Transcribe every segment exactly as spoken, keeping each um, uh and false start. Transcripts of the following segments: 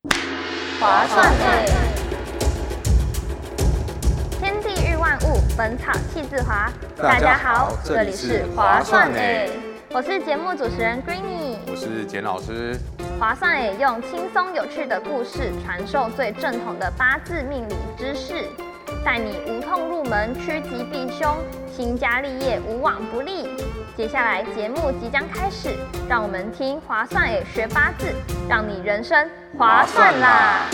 划算欸！天地日万物，本草气自华。大家好，这里是划算欸，我是节目主持人 Greeny， 我是简老师。 划算欸用轻松有趣的故事传授最正统的八字命理知识，带你无痛入门，趋吉避凶，兴家立业无往不利。接下来节目即将开始，让我们听划算欸学八字，让你人生划算啦！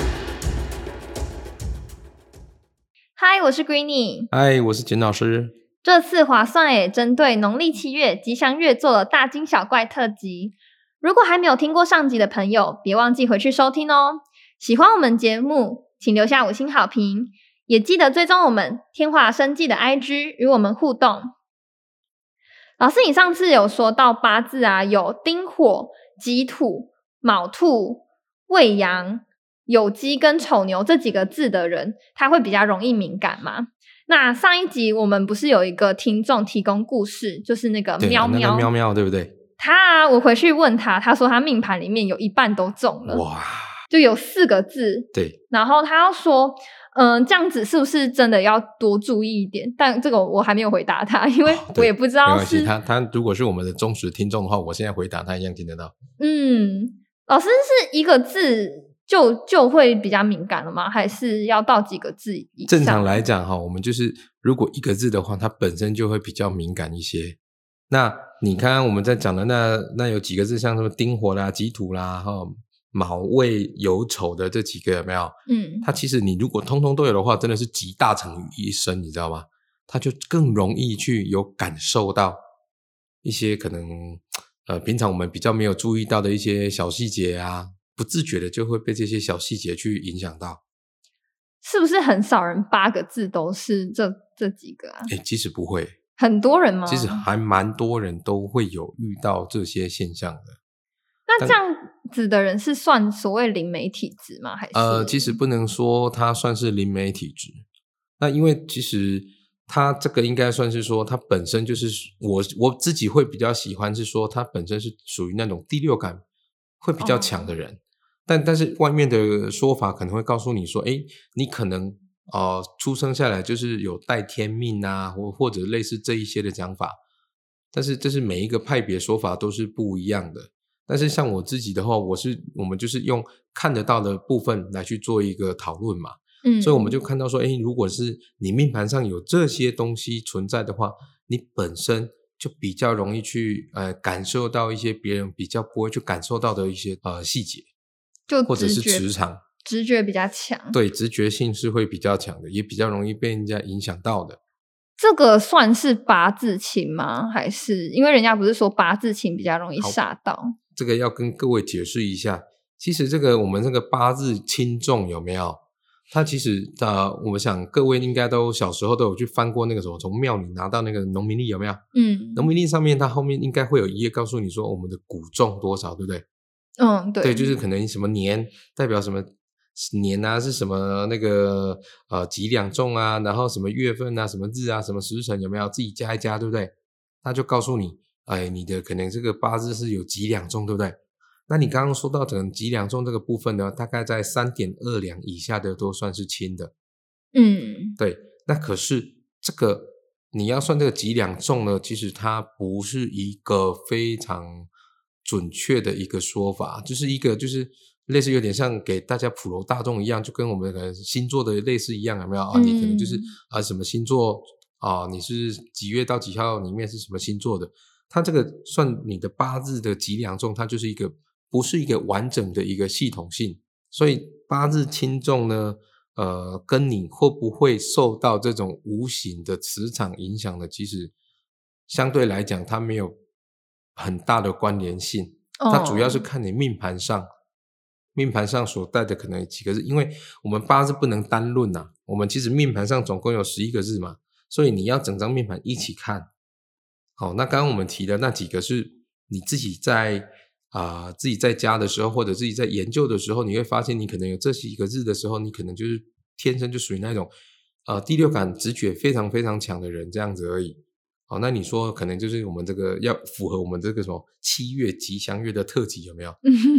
嗨，我是 Greeny。 嗨，我是简老师。 这次划算欸针对农历七月吉祥月做了大惊小怪特辑。如果还没有听过上集的朋友，别忘记回去收听哦。喜欢我们节目，请留下五星好评，也记得追踪我们天华生技的 I G 与我们互动。老师，你上次有说到八字啊，有丁火、己土、卯兔、未羊、酉鸡跟丑牛这几个字的人，他会比较容易敏感吗？那上一集我们不是有一个听众提供故事，就是那个喵喵， 那个喵喵对不对？ 他啊，我回去问他，他说他命盘里面有一半都中了， 哇， 就有四个字。 对， 然后他要说，嗯、呃，这样子是不是真的要多注意一点？但这个我还没有回答他，因为我也不知道是。 没关系，他他如果是我们的忠实听众的话，我现在回答他一样听得到。 嗯，老师是一个字就就会比较敏感了吗？还是要到几个字以上？ 正常来讲哈，我们就是如果一个字的话，它本身就会比较敏感一些。那你看看我们在讲的那那有几个字，像什么丁火啦、己土啦、哈卯未酉丑的这几个有没有？ 嗯， 它其实你如果通通都有的话，真的是集大成于一身，你知道吗？它就更容易去有感受到一些可能呃平常我们比较没有注意到的一些小细节啊，不自觉的就会被这些小细节去影响到。 是不是很少人八个字都是这这几个啊？ 诶其实不会。 很多人吗？ 其实还蛮多人都会有遇到这些现象的。 那这样子的人是算所谓灵媒体质吗？还是呃，其实不能说他算是灵媒体质。那因为其实他这个应该算是说他本身就是我我自己会比较喜欢是说他本身是属于那种第六感会比较强的人。哦、但但是外面的说法可能会告诉你说，诶，你可能呃，出生下来就是有带天命啊，或或者类似这一些的讲法，但是这是每一个派别说法都是不一样的。但是像我自己的话，我是我们就是用看得到的部分来去做一个讨论嘛，嗯，所以我们就看到说，诶，如果是你命盘上有这些东西存在的话，你本身就比较容易去呃感受到一些别人比较不会去感受到的一些呃细节， 就或者是磁场。 直觉比较强， 对，直觉性是会比较强的，也比较容易被人家影响到的。 这个算是八字轻吗？还是因为人家不是说八字轻比较容易煞到？ 这个要跟各位解释一下，其实这个我们这个八字轻重有没有？它其实呃，我想各位应该都小时候都有去翻过那个什么，从庙里拿到那个农民历有没有？嗯，农民历上面它后面应该会有一页告诉你说我们的股重多少，对不对？ 嗯，对， 对，就是可能什么年代表什么。年啊是什么那个呃几两重啊，然后什么月份啊什么日啊什么时辰有没有自己加一加，对不对？他就告诉你哎，你的可能这个八字是有几两重，对不对？那你刚刚说到可能几两重这个部分呢，大概在 三点二两以下的都算是轻的。嗯，对。那可是这个你要算这个几两重呢，其实它不是一个非常准确的一个说法，就是一个就是类似有点像给大家普罗大众一样，就跟我们的星座的类似一样，有没有、嗯、啊？你可能就是啊什么星座啊，你是几月到几号里面是什么星座的？它这个算你的八字的几两重，它就是一个不是一个完整的一个系统性，所以八字轻重呢，呃，跟你会不会受到这种无形的磁场影响的，其实相对来讲它没有很大的关联性，它主要是看你命盘上。哦命盘上所带的可能有几个日，因为我们八字不能单论啊，我们其实命盘上总共有十一个日嘛，所以你要整张命盘一起看。好，那刚刚我们提的那几个是你自己在啊、呃、自己在家的时候，或者自己在研究的时候，你会发现你可能有这几个日的时候，你可能就是天生就属于那种呃第六感直觉非常非常强的人这样子而已。好，那你说可能就是我们这个要符合我们这个什么七月吉祥月的特辑有没有？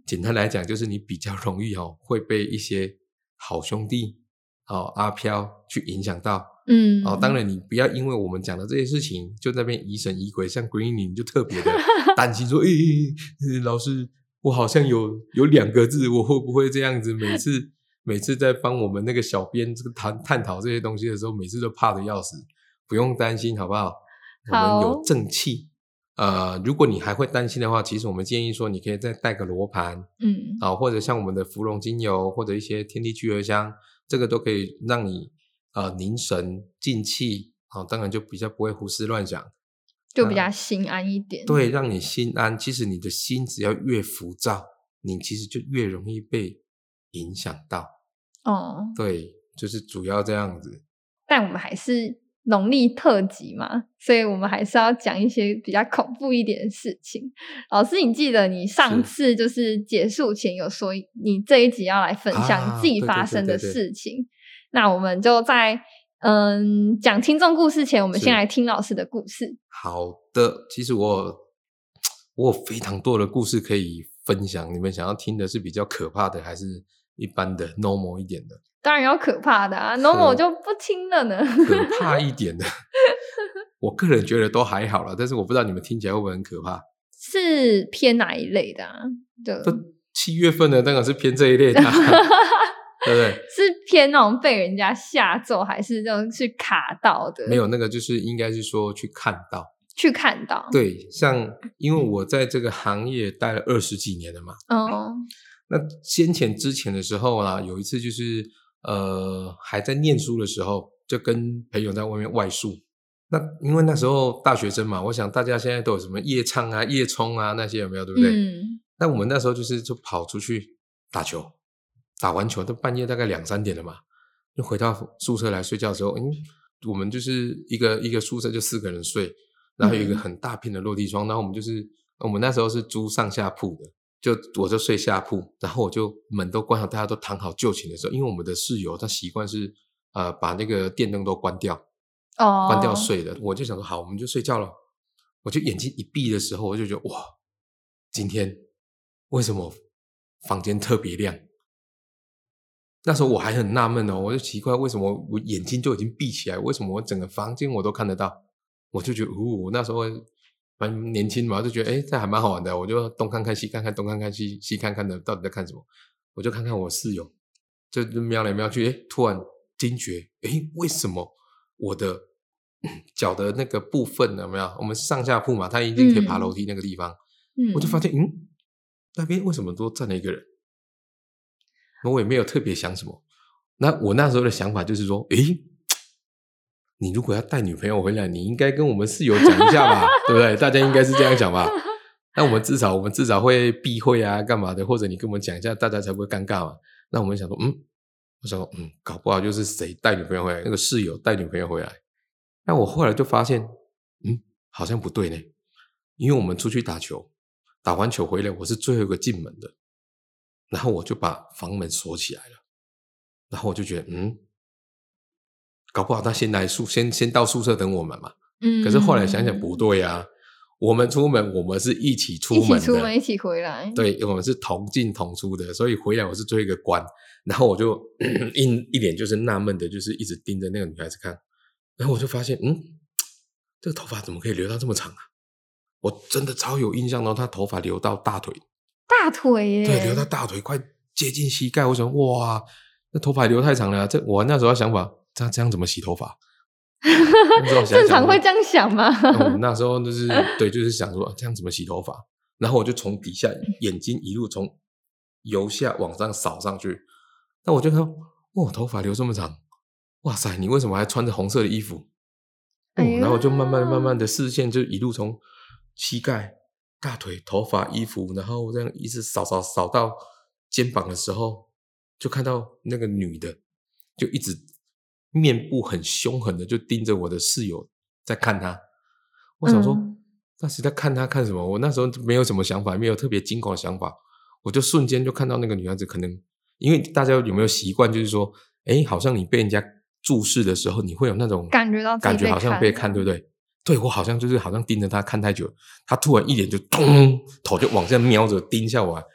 简单来讲就是你比较容易哦会被一些好兄弟哦阿飘去影响到。 嗯， 哦，当然你不要因为我们讲的这些事情就在那边疑神疑鬼，像 Greeny 就特别的担心说诶、欸、老师我好像有有两个字，我会不会这样子每次每次在帮我们那个小编这个探探讨这些东西的时候，每次都怕得要死。不用担心好不好？我们有正气。呃，如果你还会担心的话，其实我们建议说你可以再带个罗盘， 嗯， 啊，或者像我们的芙蓉精油或者一些天地聚合香，这个都可以让你呃凝神静气，啊，当然就比较不会胡思乱想， 就比较心安一点。 对，让你心安。其实你的心只要越浮躁，你其实就越容易被影响到。 哦， 对，就是主要这样子。 但我们还是农历特辑嘛，所以我们还是要讲一些比较恐怖一点的事情。老师，你记得你上次就是结束前有说你这一集要来分享你自己发生的事情，啊、对对对对对，那我们就在嗯讲听众故事前，我们先来听老师的故事。 好的，其实我我有非常多的故事可以分享，你们想要听的是比较可怕的，还是一般的 normal 一点的？ 当然要可怕的啊 ，normal 我就不听了呢。 可怕一点的，我个人觉得都还好啦，但是我不知道你们听起来会不会很可怕？ 是偏哪一类的啊？就七月份的当然是偏这一类的、啊，对不对？ 是偏那种被人家吓咒，还是这种去卡到的？ 没有，那个就是应该是说去看到， 去看到。 对，像因为我在这个行业待了二十几年了嘛， 哦， 那先前之前的时候啊，有一次就是。呃，还在念书的时候，就跟朋友在外面外宿。那因为那时候大学生嘛，我想大家现在都有什么夜唱啊、夜冲啊那些有没有，对不对？嗯。那我们那时候就是就跑出去打球，打完球到半夜大概两三点了嘛，就回到宿舍来睡觉的时候，嗯，我们就是一个一个宿舍就四个人睡，然后有一个很大片的落地窗，然后我们就是我们那时候是租上下铺的。就我就睡下铺，然后我就门都关好，大家都躺好就寝的时候，因为我们的室友他习惯是呃把那个电灯都关掉，哦，关掉睡的。我就想说好，我们就睡觉了。我就眼睛一闭的时候，我就觉得哇，今天为什么房间特别亮？那时候我还很纳闷哦，我就奇怪为什么我眼睛就已经闭起来，为什么我整个房间我都看得到？我就觉得，哦，那时候。蛮年轻嘛，就觉得诶这还蛮好玩的，我就东看看西看看，东看看西西看看的，到底在看什么？我就看看我室友，就瞄来瞄去，诶突然惊觉，诶为什么我的脚的那个部分有没有？我们上下铺嘛，他一定可以爬楼梯那个地方，嗯、我就发现，嗯，那边为什么都站了一个人？我也没有特别想什么。那我那时候的想法就是说，诶你如果要带女朋友回来，你应该跟我们室友讲一下吧，对不对？大家应该是这样讲吧。那我们至少我们至少会避讳啊，干嘛的？或者你跟我们讲一下，大家才不会尴尬嘛。那我们想说，嗯，我想说，嗯，搞不好就是谁带女朋友回来，那个室友带女朋友回来。那我后来就发现，嗯，好像不对呢，因为我们出去打球，打完球回来，我是最后一个进门的，然后我就把房门锁起来了，然后我就觉得，嗯。搞不好他先来宿先先到宿舍等我们嘛，嗯，可是后来想想不对啊，我们出门我们是一起出门的， 一起出门一起回来， 对，我们是同进同出的，所以回来我是最后一个关，然后我就咳咳一一脸就是纳闷的，就是一直盯着那个女孩子看，然后我就发现，嗯，这个头发怎么可以留到这么长啊？我真的超有印象的，她头发留到大腿， 大腿耶， 对，留到大腿快接近膝盖，我想哇，那头发留太长了、啊，这我那时候的想法。这样这样怎么洗头发？想想正常会这样想吗？ 我那时候就是对，就是想说这样怎么洗头发？然后我就从底下眼睛一路从由下往上扫上去，那我就看，哇，头发留这么长，哇塞，你为什么还穿着红色的衣服？哦，然后我就慢慢慢慢的视线就一路从膝盖、大腿、头发、衣服，然后这样一直扫扫扫到肩膀的时候，就看到那个女的就一直。面部很凶狠的就盯着我的室友在看他，我想说那是在看他看什么？我那时候没有什么想法，没有特别惊恐的想法，我就瞬间就看到那个女孩子，可能因为大家有没有习惯就是说诶好像你被人家注视的时候你会有那种感觉到感觉好像被看，对不对？对，我好像就是好像盯着他看太久，他突然一脸就咚头就往下瞄着盯下我来，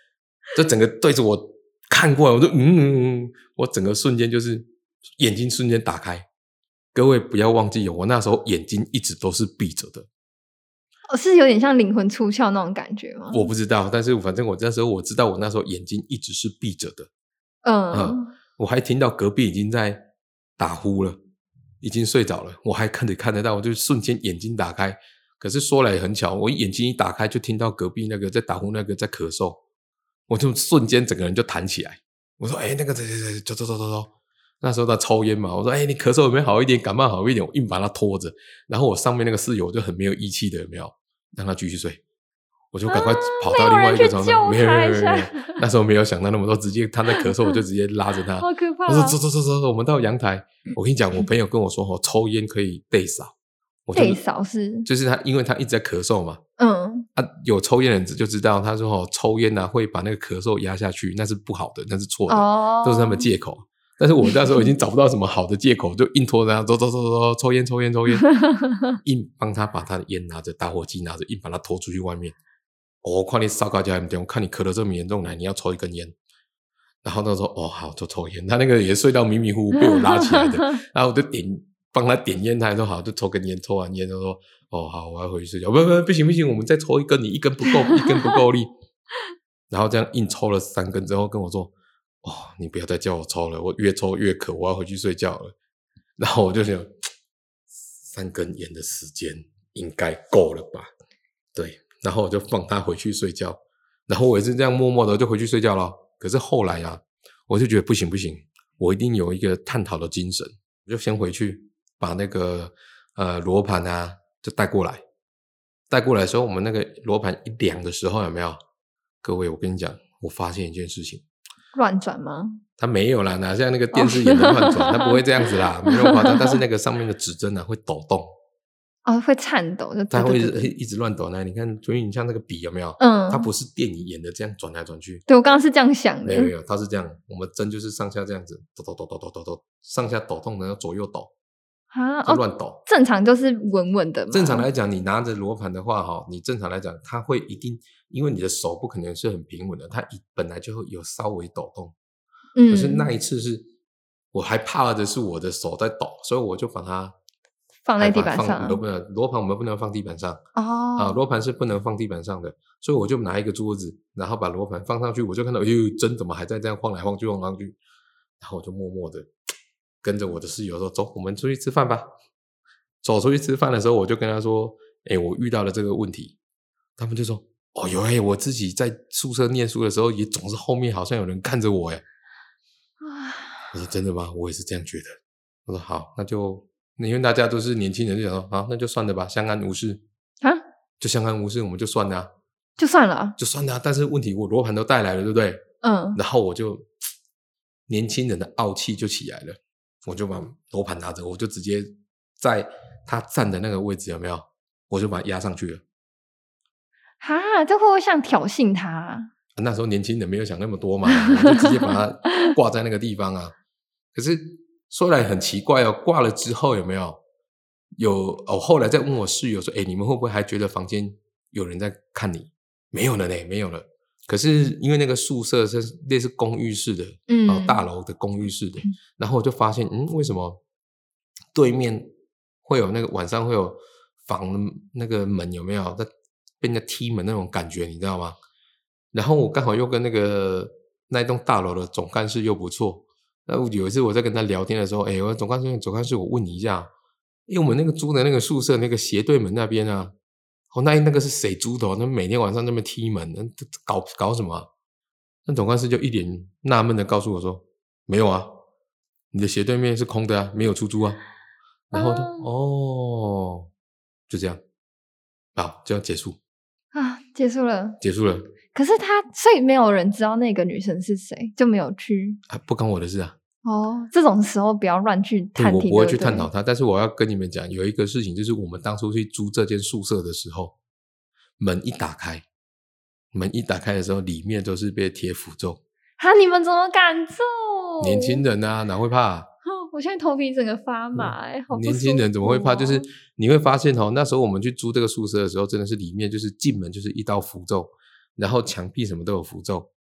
就整个对着我看过来，我就嗯嗯嗯，我整个瞬间就是眼睛瞬间打开。各位不要忘记，我那时候眼睛一直都是闭着的。 哦，是有点像灵魂出窍那种感觉吗？ 我不知道，但是反正我那时候我知道，我那时候眼睛一直是闭着的。 嗯、 呃，我还听到隔壁已经在打呼了，已经睡着了，我还看得看得到，我就瞬间眼睛打开。可是说来也很巧，我眼睛一打开就听到隔壁那个在打呼那个在咳嗽，我就瞬间整个人就弹起来。我说：“哎、欸，那个，走走走走走走。”那时候他抽烟嘛，我说：“哎、欸，你咳嗽有没有好一点？感冒好一点？”我硬把他拖着，然后我上面那个室友就很没有义气的，有没有让他继续睡？我就赶快跑到另外一个床上， 啊、 没有没有没有，那时候没有想到那么多，直接他在咳嗽，我就直接拉着他， 好可怕、啊！ 我说：“走走走走走，我们到阳台。”我跟你讲，我朋友跟我说，哦，抽烟可以被扫。 被扫是就是他，因为他一直在咳嗽嘛。 嗯， 啊，有抽烟的人就知道，他说哦，抽烟啊会把那个咳嗽压下去，那是不好的，那是错的，哦、都是他们借口。但是我那时候已经找不到什么好的借口，就硬拖着他走走走走，抽烟抽烟抽烟，硬帮他把他的烟拿着，打火机拿着，硬把他拖出去外面。哦，我看你烧高焦很重，我看你咳得这么严重来，你要抽一根烟。然后他说哦好，就抽烟。他那个也睡到迷迷糊糊，被我拉起来的。然后我就点帮他点烟，他还说好，就抽根烟。抽完烟他说哦好，我要回去睡觉。不不不行不行，我们再抽一根，你一根不够，一根不够力。然后这样硬抽了三根之后跟我说哦，你不要再叫我抽了，我越抽越渴，我要回去睡觉了。然后我就想，三根烟的时间应该够了吧？对，然后我就放他回去睡觉。然后我也是这样默默的就回去睡觉了。可是后来啊，我就觉得不行不行，我一定有一个探讨的精神，我就先回去把那个呃罗盘啊就带过来。带过来的时候，我们那个罗盘一量的时候，有没有？各位，我跟你讲，我发现一件事情。 乱转吗？ 它没有啦，哪像那个电视演的乱转，它、oh. 不会这样子啦，没那么夸张。但是那个上面的指针啊会抖动， 哦，会颤抖，就它会一直乱抖呢。你看，所以你像那个笔有没有？ 嗯， 它不是电影演的这样转来转去。 对，我刚刚是这样想的。 没有没有，它是这样，我们针就是上下这样子抖抖抖抖抖抖抖，上下抖动，然后左右抖。 啊， 就乱抖、 哦，正常就是稳稳的嘛。 正常来讲，你拿着罗盘的话，哈，你正常来讲，它会一定，因为你的手不可能是很平稳的，它本来就会有稍微抖动。嗯，可是那一次是，我还怕的是我的手在抖，所以我就把它放在地板上。 不能罗盘我们不能放地板上哦， 啊，罗盘是不能放地板上的，所以我就拿一个桌子，然后把罗盘放上去，我就看到，哟，针怎么还在这样晃来晃去晃来晃去，然后我就默默的。跟着我的室友说走，我们出去吃饭吧。走出去吃饭的时候，我就跟他说诶，我遇到了这个问题。他们就说哦哟，诶，我自己在宿舍念书的时候也总是后面好像有人看着我诶。我说真的吗？我也是这样觉得。我说好，那就因为大家都是年轻人，就想说好，那就算了吧，相安无事啊， 就相安无事，我们就算了、啊、 就算了就算了、啊、但是问题我罗盘都带来了，对不对？嗯，然后我就年轻人的傲气就起来了，我就把罗盘拿着，我就直接在他站的那个位置有没有，我就把他压上去了。 哈，这会不会像挑衅他、啊、 那时候年轻人没有想那么多嘛，我就直接把他挂在那个地方啊。可是说来很奇怪哦，挂了之后有没有有哦？后来再问我室友说，诶，你们会不会还觉得房间有人在看你？没有了呢，没有了。可是因为那个宿舍是类似公寓式的，嗯、哦，大楼的公寓式的，然后我就发现，嗯，为什么对面会有那个晚上会有房那个门有没有在被人家踢门那种感觉，你知道吗？然后我刚好又跟那个那一栋大楼的总干事又不错，那有一次我在跟他聊天的时候，诶，我总干事总干事，我问你一下，因为我们那个租的那个宿舍那个斜对门那边啊。哦，那那个是谁租的、哦？那每天晚上那边踢门，搞搞什么、啊？那总干事就一脸纳闷的告诉我说：“没有啊，你的斜对面是空的啊，没有出租啊。”然后呢、嗯，哦，就这样，好，就要结束啊，结束了， 结束了。 可是他，所以没有人知道那个女生是谁，就没有去啊，不干我的事啊。 哦，这种时候不要乱去探听， 我不会去探讨它。但是我要跟你们讲，有一个事情，就是我们当初去租这间宿舍的时候，门一打开，门一打开的时候，里面都是被贴符咒。 哈，你们怎么敢做？ 年轻人啊，哪会怕？ 哦，我现在头皮整个发麻、欸嗯、好不舒服哦。年轻人怎么会怕？就是你会发现哦，那时候我们去租这个宿舍的时候，真的是里面就是进门就是一道符咒，然后墙壁什么都有符咒。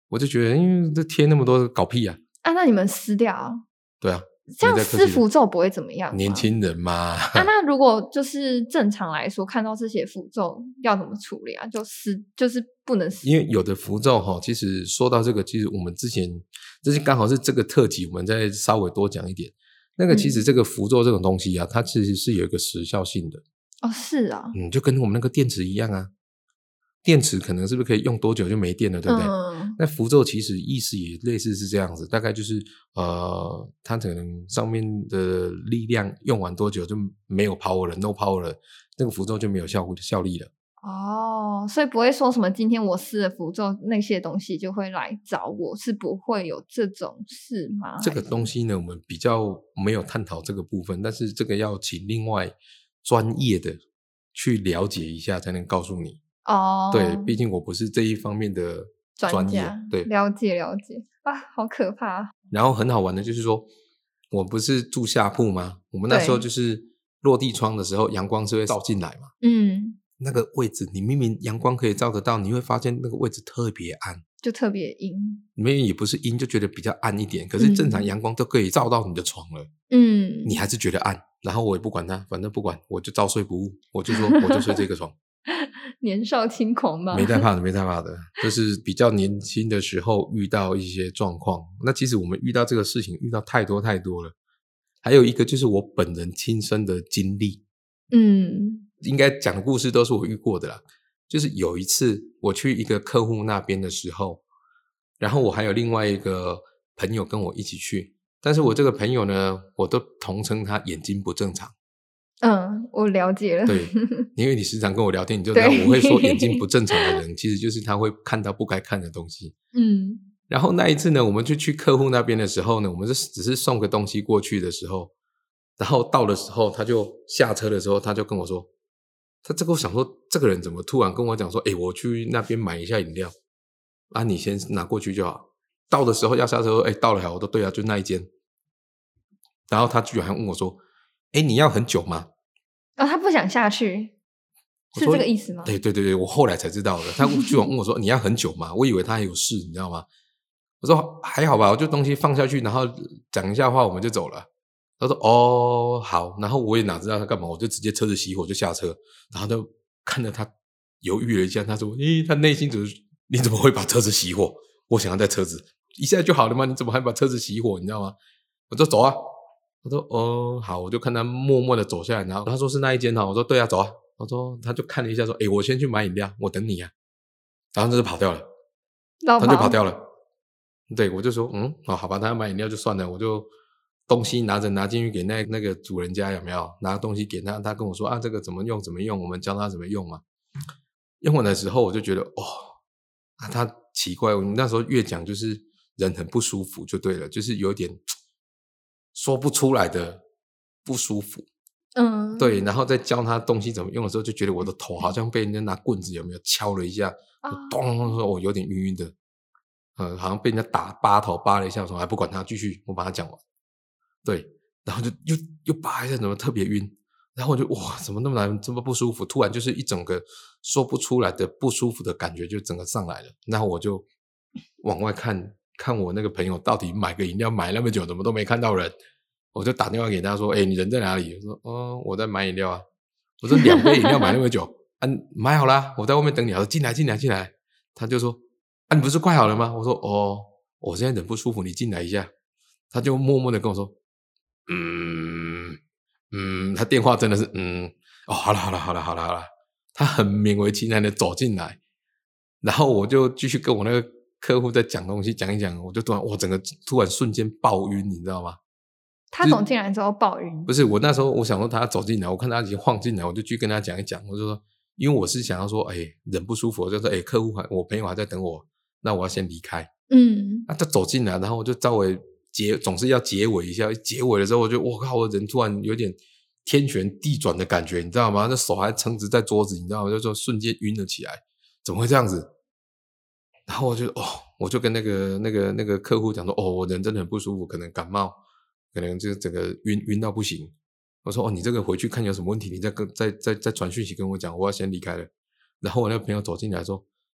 我就觉得因为这贴那么多搞屁啊。 啊，那你们撕掉啊？ 对啊， 这样撕符咒不会怎么样吗？ 年轻人嘛。 啊，那如果就是正常来说，看到这些符咒要怎么处理啊？就撕，就是不能撕。 因为有的符咒哈，其实说到这个，其实我们之前这是刚好是这个特辑，我们再稍微多讲一点。那个其实这个符咒这种东西啊，嗯、它其实是有一个时效性的。 哦，是啊， 嗯，就跟我们那个电池一样啊。电池可能是不是可以用多久就没电了，对不对？嗯、那符咒其实意思也类似是这样子，大概就是呃，它可能上面的力量用完多久就没有 power 了 ，no power 了，那个符咒就没有效效力了。 哦，所以不会说什么今天我撕了符咒，那些东西就会来找我，是不会有这种事吗？ 这个东西呢，我们比较没有探讨这个部分，但是这个要请另外专业的去了解一下，才能告诉你。哦，对，毕竟我不是这一方面的专业，对， 了解了解啊，好可怕。 然后很好玩的就是说，我不是住下铺吗？我们那时候就是落地窗的时候，阳光是会照进来嘛。嗯，那个位置你明明阳光可以照得到，你会发现那个位置特别暗， 就特别阴。 明明也不是阴，就觉得比较暗一点。可是正常阳光都可以照到你的床了，嗯，你还是觉得暗。然后我也不管它，反正不管，我就照睡不误。我就说，我就睡这个床。 年少轻狂吧， 没太怕的，没太怕的，就是比较年轻的时候遇到一些状况。那其实我们遇到这个事情遇到太多太多了。还有一个就是我本人亲身的经历，嗯，应该讲的故事都是我遇过的啦。就是有一次我去一个客户那边的时候，然后我还有另外一个朋友跟我一起去，但是我这个朋友呢，我都同称他眼睛不正常。 嗯，我了解了。 对，因为你时常跟我聊天，你就知道我会说眼睛不正常的人，其实就是他会看到不该看的东西。嗯，然后那一次呢，我们就去客户那边的时候呢，我们就只是送个东西过去的时候，然后到的时候，他就下车的时候，他就跟我说，他这个我想说，这个人怎么突然跟我讲说，诶，我去那边买一下饮料，啊，你先拿过去就好。到的时候要下车说，诶，到了好，我都对啊，就那一间。然后他居然还问我说，诶，你要很久吗？ 哦，他不想下去，是这个意思吗？ 对对对对，我后来才知道的。他居然问我说，你要很久吗？我以为他还有事，你知道吗？我说还好吧，我就东西放下去，然后讲一下话我们就走了。他说哦好，然后我也哪知道他干嘛，我就直接车子熄火就下车，然后就看着他犹豫了一下，他说诶，他内心只是你怎么会把车子熄火？我想要在车子一下就好了吗？你怎么还把车子熄火？你知道吗？我说走啊。我说哦好，我就看他默默的走下来，然后他说是那一间哈，我说对啊，走啊。我说他就看了一下说，诶，我先去买饮料，我等你啊。然后他就跑掉了，他就跑掉了。对，我就说嗯哦好吧，他要买饮料就算了，我就东西拿着拿进去给那那个主人家有没有？拿东西给他，他跟我说啊这个怎么用怎么用，我们教他怎么用嘛。用完的时候我就觉得哦啊他奇怪，我们那时候越讲就是人很不舒服就对了，就是有点说不出来的不舒服。嗯，对，然后再教他东西怎么用的时候，就觉得我的头好像被人家拿棍子有没有敲了一下，咚，我有点晕晕的，呃，好像被人家打扒头扒了一下，我说还不管他，继续我把它讲完。对，然后就又又扒一下，怎么特别晕，然后我就哇，怎么那么难，这么不舒服？突然就是一整个说不出来的不舒服的感觉，就整个上来了。然后我就往外看看我那个朋友到底买个饮料买那么久，怎么都没看到人。我就打电话给他说，诶，你人在哪里？我说哦，我在买饮料啊。我说两杯饮料买那么久啊，买好啦，我在外面等你。我说进来进来进来。他就说啊，你不是快好了吗？我说哦，我现在人不舒服，你进来一下。他就默默的跟我说嗯嗯，他电话真的是嗯哦，好了好了好了好了好了。他很勉为其难的走进来，然后我就继续跟我那个客户在讲东西，讲一讲，我就突然我整个突然瞬间爆晕，你知道吗？ 他走进来之后爆晕， 不是我那时候我想说他走进来，我看他已经晃进来，我就去跟他讲一讲，我就说，因为我是想要说，哎，人不舒服，我就说，哎，客户还我朋友还在等我，那我要先离开。嗯，那他走进来，然后我就稍微结，总是要结尾一下，结尾的时候，我就我靠，我人突然有点天旋地转的感觉，你知道吗？那手还撑直在桌子，你知道吗？就说瞬间晕了起来，怎么会这样子？然后我就哦，我就跟那个那个那个客户讲说，哦，我人真的很不舒服，可能感冒。可能就整个晕晕到不行。我说哦，你这个回去看有什么问题，你再跟再再再传讯息跟我讲，我要先离开了。然后我那个朋友走进来说，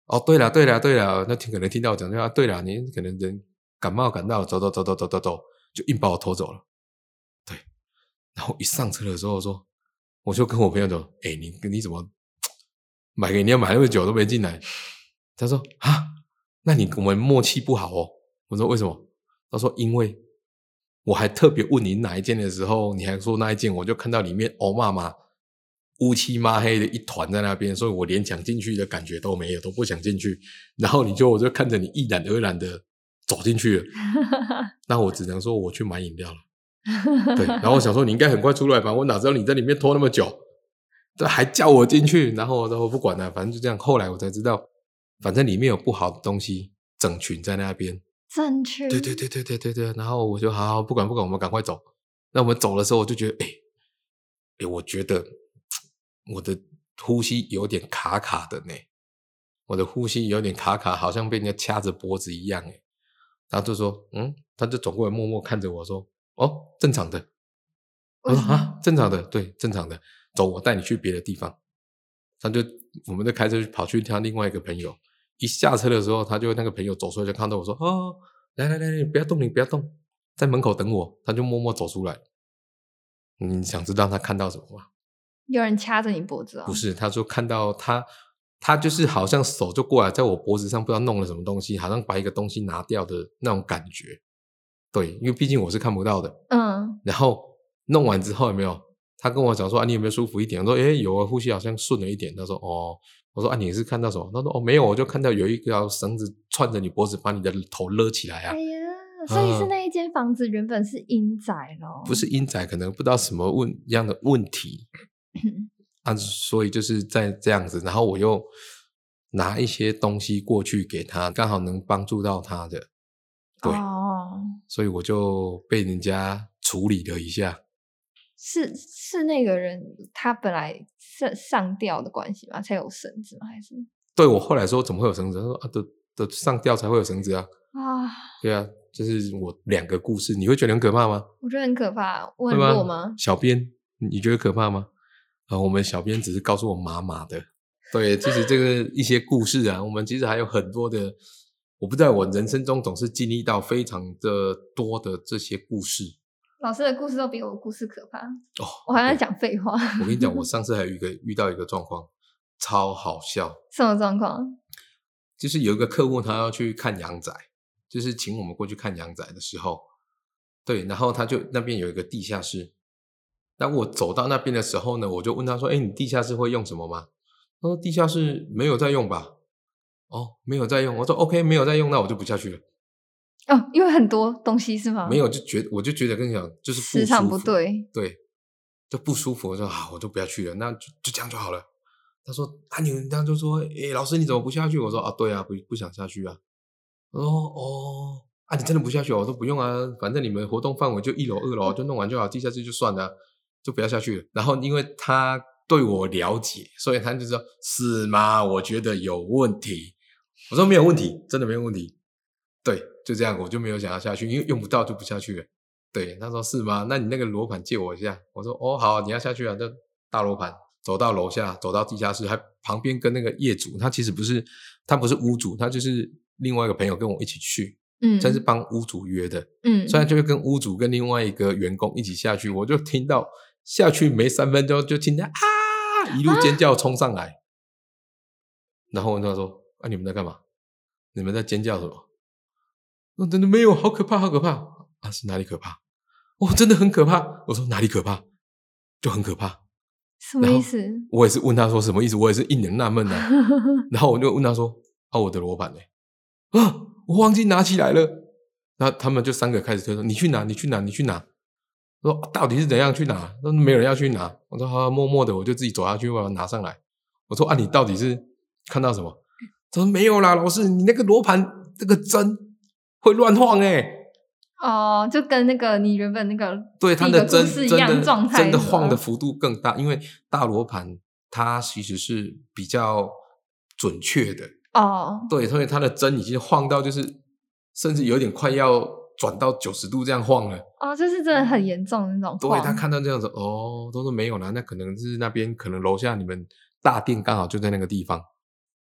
哦，对了对了对了，那听可能听到我讲这话，对了，你可能人感冒感到走走走走走走走，就硬把我拖走了。对，然后一上车的时候说，我就跟我朋友说，哎、欸，你你怎么买给你要买那么久都没进来？他说啊，那你我们默契不好哦。我说为什么？他说因为我还特别问你哪一件的时候，你还说那一件，我就看到里面欧妈妈乌漆抹黑的一团在那边，所以我连想进去的感觉都没有，都不想进去。然后你就我就看着你毅然而然的走进去了，那我只能说我去买饮料了。对，然后我想说你应该很快出来吧，我哪知道你在里面拖那么久，还叫我进去，然后我不管了，反正就这样。后来我才知道，反正里面有不好的东西，整群在那边。 整群？ 对对对对对对对。然后我就好好不管不管，我们赶快走。那我们走的时候，我就觉得，哎、欸、哎、欸，我觉得我的呼吸有点卡卡的呢，我的呼吸有点卡卡，好像被人家掐着脖子一样哎。他就说，嗯，他就走过来默默看着我说，哦，正常的。我说啊，正常的，对，正常的。走，我带你去别的地方。他就，我们就开车跑去他另外一个朋友。一下车的时候，他就那个朋友走出来就看到我说，哦，来来来，你不要动，你不要动，在门口等我。他就默默走出来。你想知道他看到什么吗？ 有人掐着你脖子哦？ 不是，他说看到他，他就是好像手就过来在我脖子上不知道弄了什么东西，好像把一个东西拿掉的那种感觉。对，因为毕竟我是看不到的。 嗯。 然后弄完之后有没有？他跟我讲说啊，你有没有舒服一点？我说诶有啊，呼吸好像顺了一点。他说哦，我说啊你是看到什么？他说哦没有，我就看到有一条绳子串着你脖子，把你的头勒起来啊。 哎呀，所以是那一间房子原本是阴宅咯？ 不是阴宅，可能不知道什么问样的问题啊，所以就是在这样子，然后我又拿一些东西过去给他，刚好能帮助到他的。对， 哦， 所以我就被人家处理了一下。 是是那个人他本来上上吊的关系吗？才有绳子吗？还是？ 对，我后来说怎么会有绳子？他说啊，都都上吊才会有绳子啊。 啊， 对啊，这是我两个故事，你会觉得很可怕吗？ 我觉得很可怕。我很弱吗？ 小编，你觉得可怕吗？啊，我们小编只是告诉我麻麻的。对，其实这个一些故事啊，我们其实还有很多的。我不知道，我人生中总是经历到非常的多的这些故事。 老师的故事都比我的故事可怕哦！ 我好像在讲废话。 我跟你讲，我上次还有一个遇到一个状况，超好笑。 什么状况？ 就是有一个客户他要去看阳宅，就是请我们过去看阳宅的时候，对，然后他就那边有一个地下室。那我走到那边的时候呢，我就问他说：“哎，你地下室会用什么吗？”他说：“地下室没有在用吧？”哦，没有在用。我说 OK， 没有在用，那我就不下去了。 哦，因为很多东西是吗？ 没有，就觉得我就觉得跟你讲，就是不舒服， 磁场不对， 对，就不舒服。我说啊，我就不要去了，那就就这样就好了。他说啊，你们这样就说，诶，老师你怎么不下去？我说啊，对啊，不不想下去啊。他说哦，啊，你真的不下去？我说不用啊，反正你们活动范围就一楼、二楼，就弄完就好，地下室就算了，就不要下去了。然后因为他对我了解，所以他就说是吗？我觉得有问题。我说没有问题，真的没有问题。对，就这样，我就没有想要下去，因为用不到就不下去了。对，他说是吗？那你那个罗盘借我一下。我说哦好，你要下去啊，就大罗盘。走到楼下，走到地下室，还旁边跟那个业主，他其实不是，他不是屋主，他就是另外一个朋友跟我一起去，嗯，算是帮屋主约的，嗯，所以就会跟屋主跟另外一个员工一起下去，我就听到下去没三分钟就听到啊，一路尖叫冲上来，啊、然后我问他说啊，你们在干嘛？你们在尖叫什么？我真的没有，好可怕，好可怕啊！是哪里可怕？哦，真的很可怕。我说哪里可怕？就很可怕。 什么意思？ 我也是问他说什么意思，我也是一脸纳闷的。然后我就问他说：“啊，我的罗盘呢？啊，我忘记拿起来了。”那他们就三个开始推说：“你去拿，你去拿，你去拿。”我说：“到底是怎样去拿？”都没有人要去拿。我说：“好，默默的，我就自己走下去，把它拿上来。”我说：“啊，你到底是看到什么？”他说：“没有啦，老师，你那个罗盘这个针会乱晃哎、欸。” 哦，就跟那个你原本那个对它的针一样状态， 真的晃的幅度更大，因为大罗盘它其实是比较准确的哦。对，所以它的针已经晃到就是甚至有点快要转到九十度这样晃了。 哦，就是真的很严重的那种晃。 对，他看到这样子，哦，都说没有啦，那可能是那边可能楼下你们大殿刚好就在那个地方。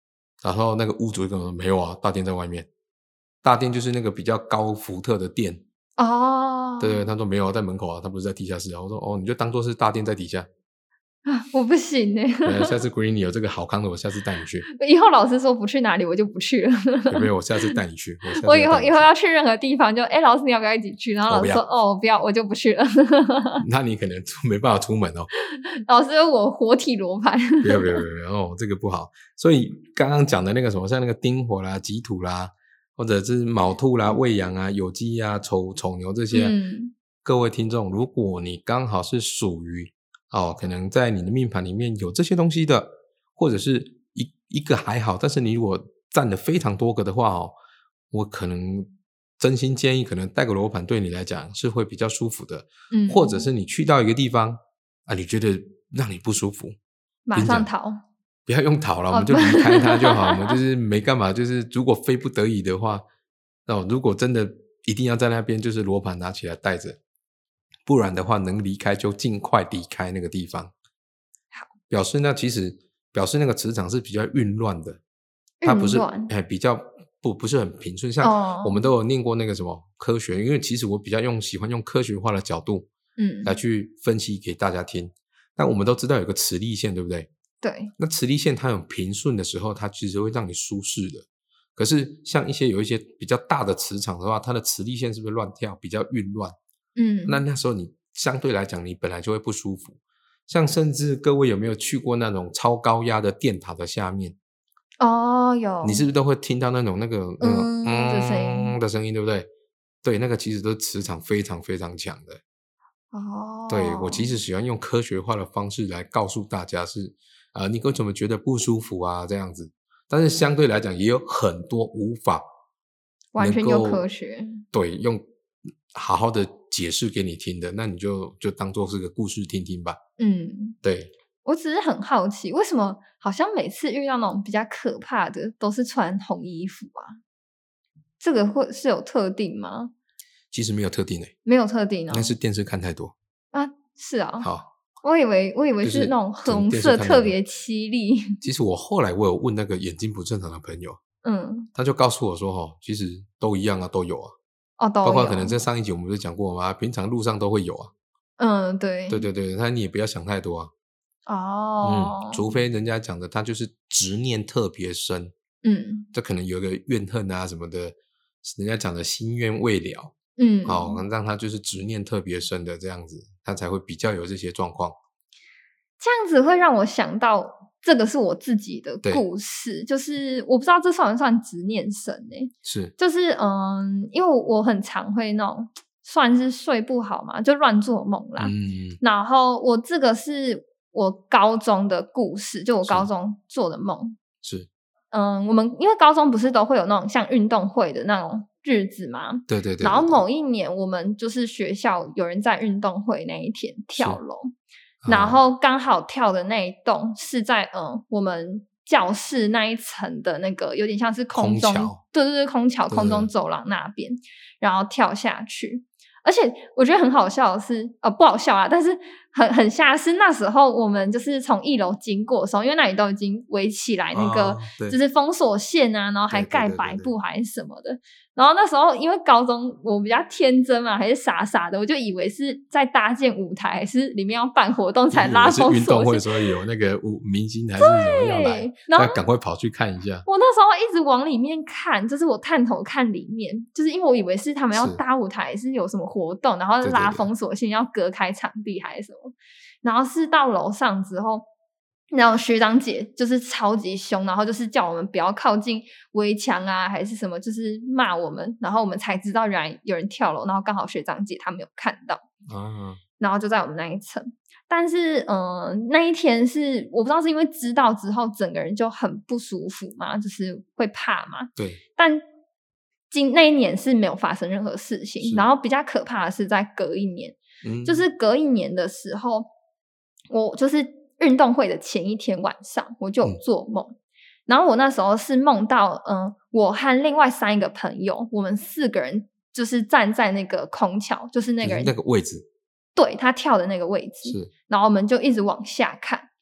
然后那个屋主就跟我说没有啊，大殿在外面。大殿就是那个比较高福特的殿哦， 对对，他说没有啊，在门口啊，他不是在地下室啊。我说哦，你就当做是大殿在底下。 啊，我不行哎、 呃，下次 Greeny 有这个好康的，我下次带你去。 以后老师说不去哪里，我就不去了。 有没有？我下次带你去。我, 下次我以后以后要要去任何地方就，哎，老师你要不要一起去？然后老师说，哦，不要，我就不去了。 那你可能没办法出门哦。 老师，我活体罗盘。 不要不要不要，哦，这个不好。所以刚刚讲的那个什么，像那个丁火啦、己土啦，或者是卯兔啦、未羊啊、酉鸡啊、丑丑牛这些、啊嗯， 各位听众，如果你刚好是属于哦，可能在你的命盘里面有这些东西的，或者是一一个还好，但是你如果占了非常多个的话哦，我可能真心建议，可能带个罗盘对你来讲是会比较舒服的。 嗯， 或者是你去到一个地方啊，你觉得让你不舒服， 马上逃。 不要用逃了，我们就离开它就好。我们就是没干嘛，就是如果非不得已的话，哦，如果真的一定要在那边，就是罗盘拿起来带着。不然的话，能离开就尽快离开那个地方。 好， 表示呢，其实表示那个磁场是比较运乱的，它不是哎比较不不是很平顺。像我们都有念过那个什么科学，因为其实我比较用喜欢用科学化的角度，嗯，来去分析给大家听。但我们都知道有个磁力线，对不对？ 对。 那磁力线它有平顺的时候，它其实会让你舒适的。可是像一些有一些比较大的磁场的话，它的磁力线是不是乱跳，比较运乱？嗯，那那时候你相对来讲你本来就会不舒服。像甚至各位有没有去过那种超高压的电塔的下面？ 哦，有。 你是不是都会听到那种那个那种嗯的声音的声音，对不对？对，那个其实都是磁场非常非常强的。 哦， 对，我其实喜欢用科学化的方式来告诉大家是呃，你为什么觉得不舒服啊这样子。但是相对来讲也有很多无法完全就科学， 对，用好好的解释给你听的，那你就就当做是个故事听听吧。嗯，对。 我只是很好奇，为什么好像每次遇到那种比较可怕的都是穿红衣服啊？这个会是有特定吗？ 其实没有特定诶、欸， 没有特定哦。 那是电视看太多啊，是啊。 好， 我以为我以为是那种红色特别凄厉。 其实我后来我有问那个眼睛不正常的朋友，嗯，他就告诉我说哦，其实都一样啊，都有啊。 哦，都有。 包括可能在上一集我们不是讲过吗？平常路上都会有啊。 嗯，对。 对对对，那你也不要想太多啊。 哦。 嗯，除非人家讲的他就是执念特别深。嗯，这可能有一个怨恨啊什么的，人家讲的心愿未了。嗯，好，让他就是执念特别深的这样子，他才会比较有这些状况。 这样子会让我想到，这个是我自己的故事，就是我不知道这算不算执念深欸？ 是， 就是嗯，因为我很常会那种算是睡不好嘛，就乱做梦啦。嗯，然后我这个是我高中的故事，就我高中做的梦。 是， 嗯，我们因为高中不是都会有那种像运动会的那种日子嘛？ 对对 对, 对, 对。 然后某一年，我们就是学校有人在运动会那一天跳楼。然后刚好跳的那一栋是在嗯我们教室那一层的那个有点像是空中， 空桥对对对，空桥空中走廊那边，然后跳下去。而且我觉得很好笑的是，呃，不好笑啊，但是很很吓是那时候我们就是从一楼经过的时候，因为那里都已经围起来那个就是封锁线啊，然后还盖白布还是什么的。然后那时候因为高中我比较天真嘛，还是傻傻的，我就以为是在搭建舞台，还是里面要办活动才拉封锁线。 是运动会所以有那个舞明星还是什么要来，然后赶快跑去看一下。 我那时候一直往里面看，就是我探头看里面，就是因为我以为是他们要搭舞台，是有什么活动，然后拉封锁线要隔开场地还是什么。然后是到楼上之后，然后学长姐就是超级凶，然后就是叫我们不要靠近围墙啊还是什么，就是骂我们，然后我们才知道原来有人跳楼，然后刚好学长姐他没有看到啊，然后就在我们那一层。但是嗯、呃，那一天是我不知道是因为知道之后整个人就很不舒服嘛，就是会怕嘛。 对。 但今那一年是没有发生任何事情，然后比较可怕的是在隔一年、嗯、就是隔一年的时候，我就是运动会的前一天晚上我就有做梦、嗯、然后我那时候是梦到嗯、呃，我和另外三个朋友，我们四个人就是站在那个空桥，就是那个人、 就是、那个位置， 对，他跳的那个位置，是，然后我们就一直往下看，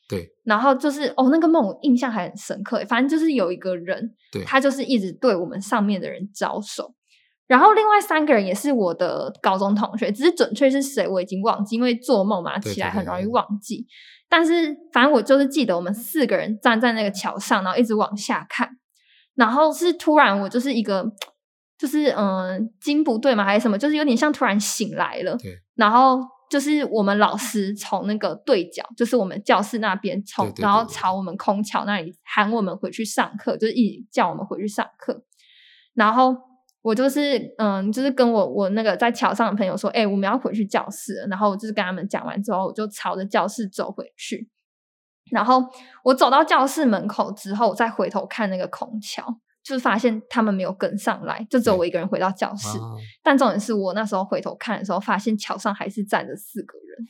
对， 然后就是哦，那个梦我印象还很深刻，反正就是有一个人， 对， 他就是一直对我们上面的人招手。然后另外三个人也是我的高中同学，只是准确是谁我已经忘记，因为做梦嘛起来很容易忘记。对对对对，但是反正我就是记得我们四个人站在那个桥上，然后一直往下看，然后是突然我就是一个就是嗯筋不对嘛还是什么，就是有点像突然醒来了。 对， 然后就是我们老师从那个对角，就是我们教室那边从， 对对对对， 然后朝我们空桥那里喊我们回去上课，就是一直叫我们回去上课。然后我就是嗯，就是跟我我那个在桥上的朋友说，哎、欸，我们要回去教室了。然后我就是跟他们讲完之后，我就朝着教室走回去。然后我走到教室门口之后，我再回头看那个空桥，就是发现他们没有跟上来，就只有我一个人回到教室。啊、但重点是我那时候回头看的时候，发现桥上还是站着四个人。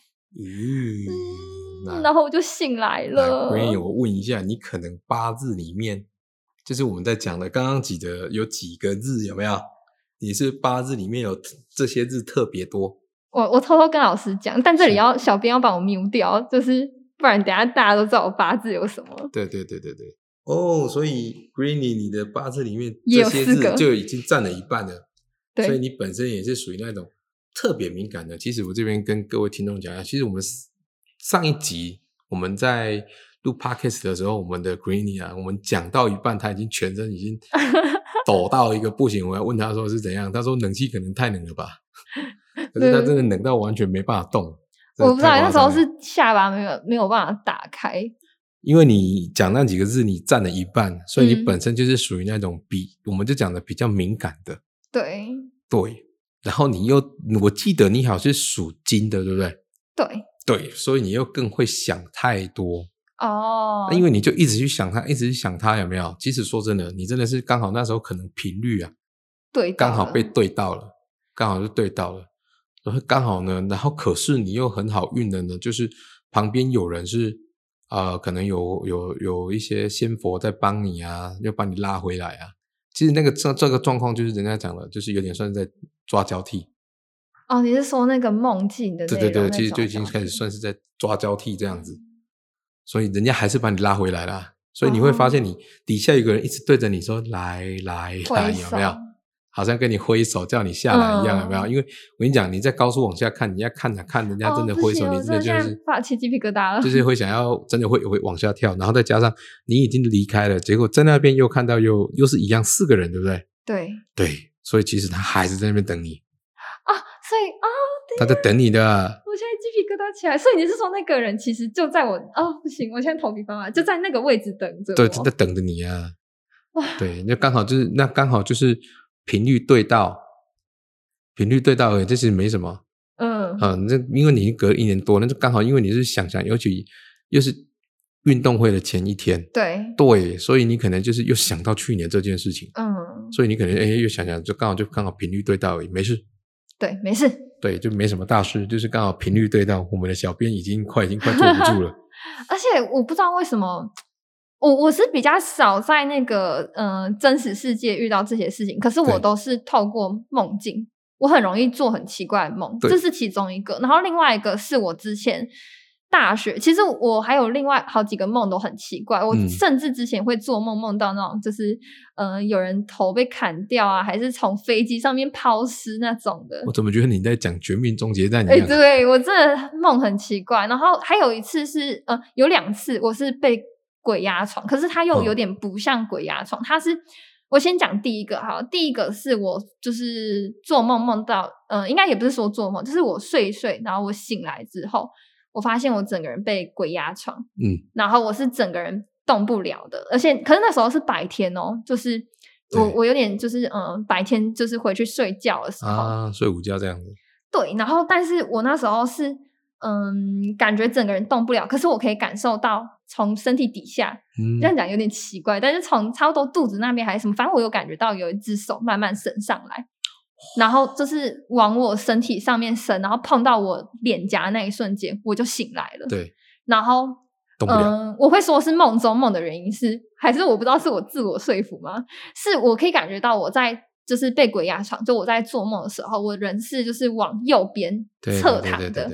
嗯，然后我就醒来了。 Granny，我问一下，你可能八字里面，就是我们在讲的刚刚几的有几个字有没有？你是八字里面有这些字特别多？ 我我偷偷跟老师讲，但这里要小编要帮我 mute 掉，就是不然等一下大家都知道我八字有什么。 对对对对对。哦，所以 Granny 你的八字里面这些字就已经占了一半了。对，所以你本身也是属于那种特别敏感的。其实我这边跟各位听众讲一下，其实我们上一集我们在录 podcast 的时候，我们的 Granny 啊，我们讲到一半，他已经全身已经抖到一个不行。我要问他说是怎样，他说冷气可能太冷了吧。可是他真的冷到完全没办法动。 我不知道那时候是下巴没有没有办法打开。 因为你讲那几个字，你占了一半，所以你本身就是属于那种比、嗯、我们就讲的比较敏感的。 对对，然后你又，我记得你好像是属金的，对不对？ 对对，所以你又更会想太多哦。 因为你就一直去想它，一直去想它，有没有？其实说真的，你真的是刚好那时候可能频率啊， 对， 刚好被对到了，刚好就对到了，然后刚好呢，然后可是你又很好运的呢，就是旁边有人是。呃，可能有有有一些仙佛在帮你啊，又把你拉回来啊。其实那个这这个状况就是人家讲的，就是有点算是在抓交替。 哦，你是说那个梦境的内容？ 对对对，其实就已经开始算是在抓交替这样子。所以人家还是把你拉回来啦。所以你会发现你底下有个人一直对着你说来来来，有没有？好像跟你挥手叫你下来一样，嗯、有没有？因为我跟你讲，你在高处往下看，你要看着看人家真的挥手， 哦、 你真的就是发起鸡皮疙瘩了， 就是会想要真的会会往下跳，然后再加上你已经离开了，结果在那边又看到又又是一样四个人，对不对？ 对对，所以其实他还是在那边等你啊，所以啊， 他在等你的。 我现在鸡皮疙瘩起来，所以你是说那个人其实就在我哦，不行，我现在头皮发麻，就在那个位置等着我， 对，就在等着你啊。对，那刚好就是那刚好就是频率对到。频率对到而已，这其实没什么。嗯啊，那因为你隔了一年多，那就刚好因为你是想想，尤其又是运动会的前一天， 对对，所以你可能就是又想到去年这件事情， 嗯， 所以你可能哎又想想，就刚好就刚好频率对到而已，没事。 对，没事。 对，就没什么大事，就是刚好频率对到，我们的小编已经快已经快坐不住了。 而且我不知道为什么。我我是比较少在那个呃真实世界遇到这些事情，可是我都是透过梦境，我很容易做很奇怪的梦，这是其中一个。然后另外一个是我之前大学，其实我还有另外好几个梦都很奇怪，我甚至之前会做梦梦到那种就是呃有人头被砍掉啊，还是从飞机上面抛尸那种的。 我怎么觉得你在讲绝命终结战一样、啊？ 欸、对，我真的梦很奇怪。然后还有一次是呃有两次我是被鬼压床，可是它又有点不像鬼压床，它是我先讲第一个好，第一个是我就是做梦梦到，嗯、呃，应该也不是说做梦，就是我睡一睡，然后我醒来之后，我发现我整个人被鬼压床，嗯，然后我是整个人动不了的，而且可是那时候是白天哦，就是我我有点就是嗯、呃，白天就是回去睡觉的时候啊，睡午觉这样子， 对，然后但是我那时候是嗯，感觉整个人动不了，可是我可以感受到从身体底下，嗯、这样讲有点奇怪，但是从差不多肚子那边还是什么，反正我有感觉到有一只手慢慢伸上来，然后就是往我身体上面伸，然后碰到我脸颊那一瞬间，我就醒来了。对，然后动不了。 嗯，我会说是梦中梦的原因是，还是我不知道是我自我说服吗？是我可以感觉到我在就是被鬼压床，就我在做梦的时候，我人是就是往右边侧躺的。对对对对对对，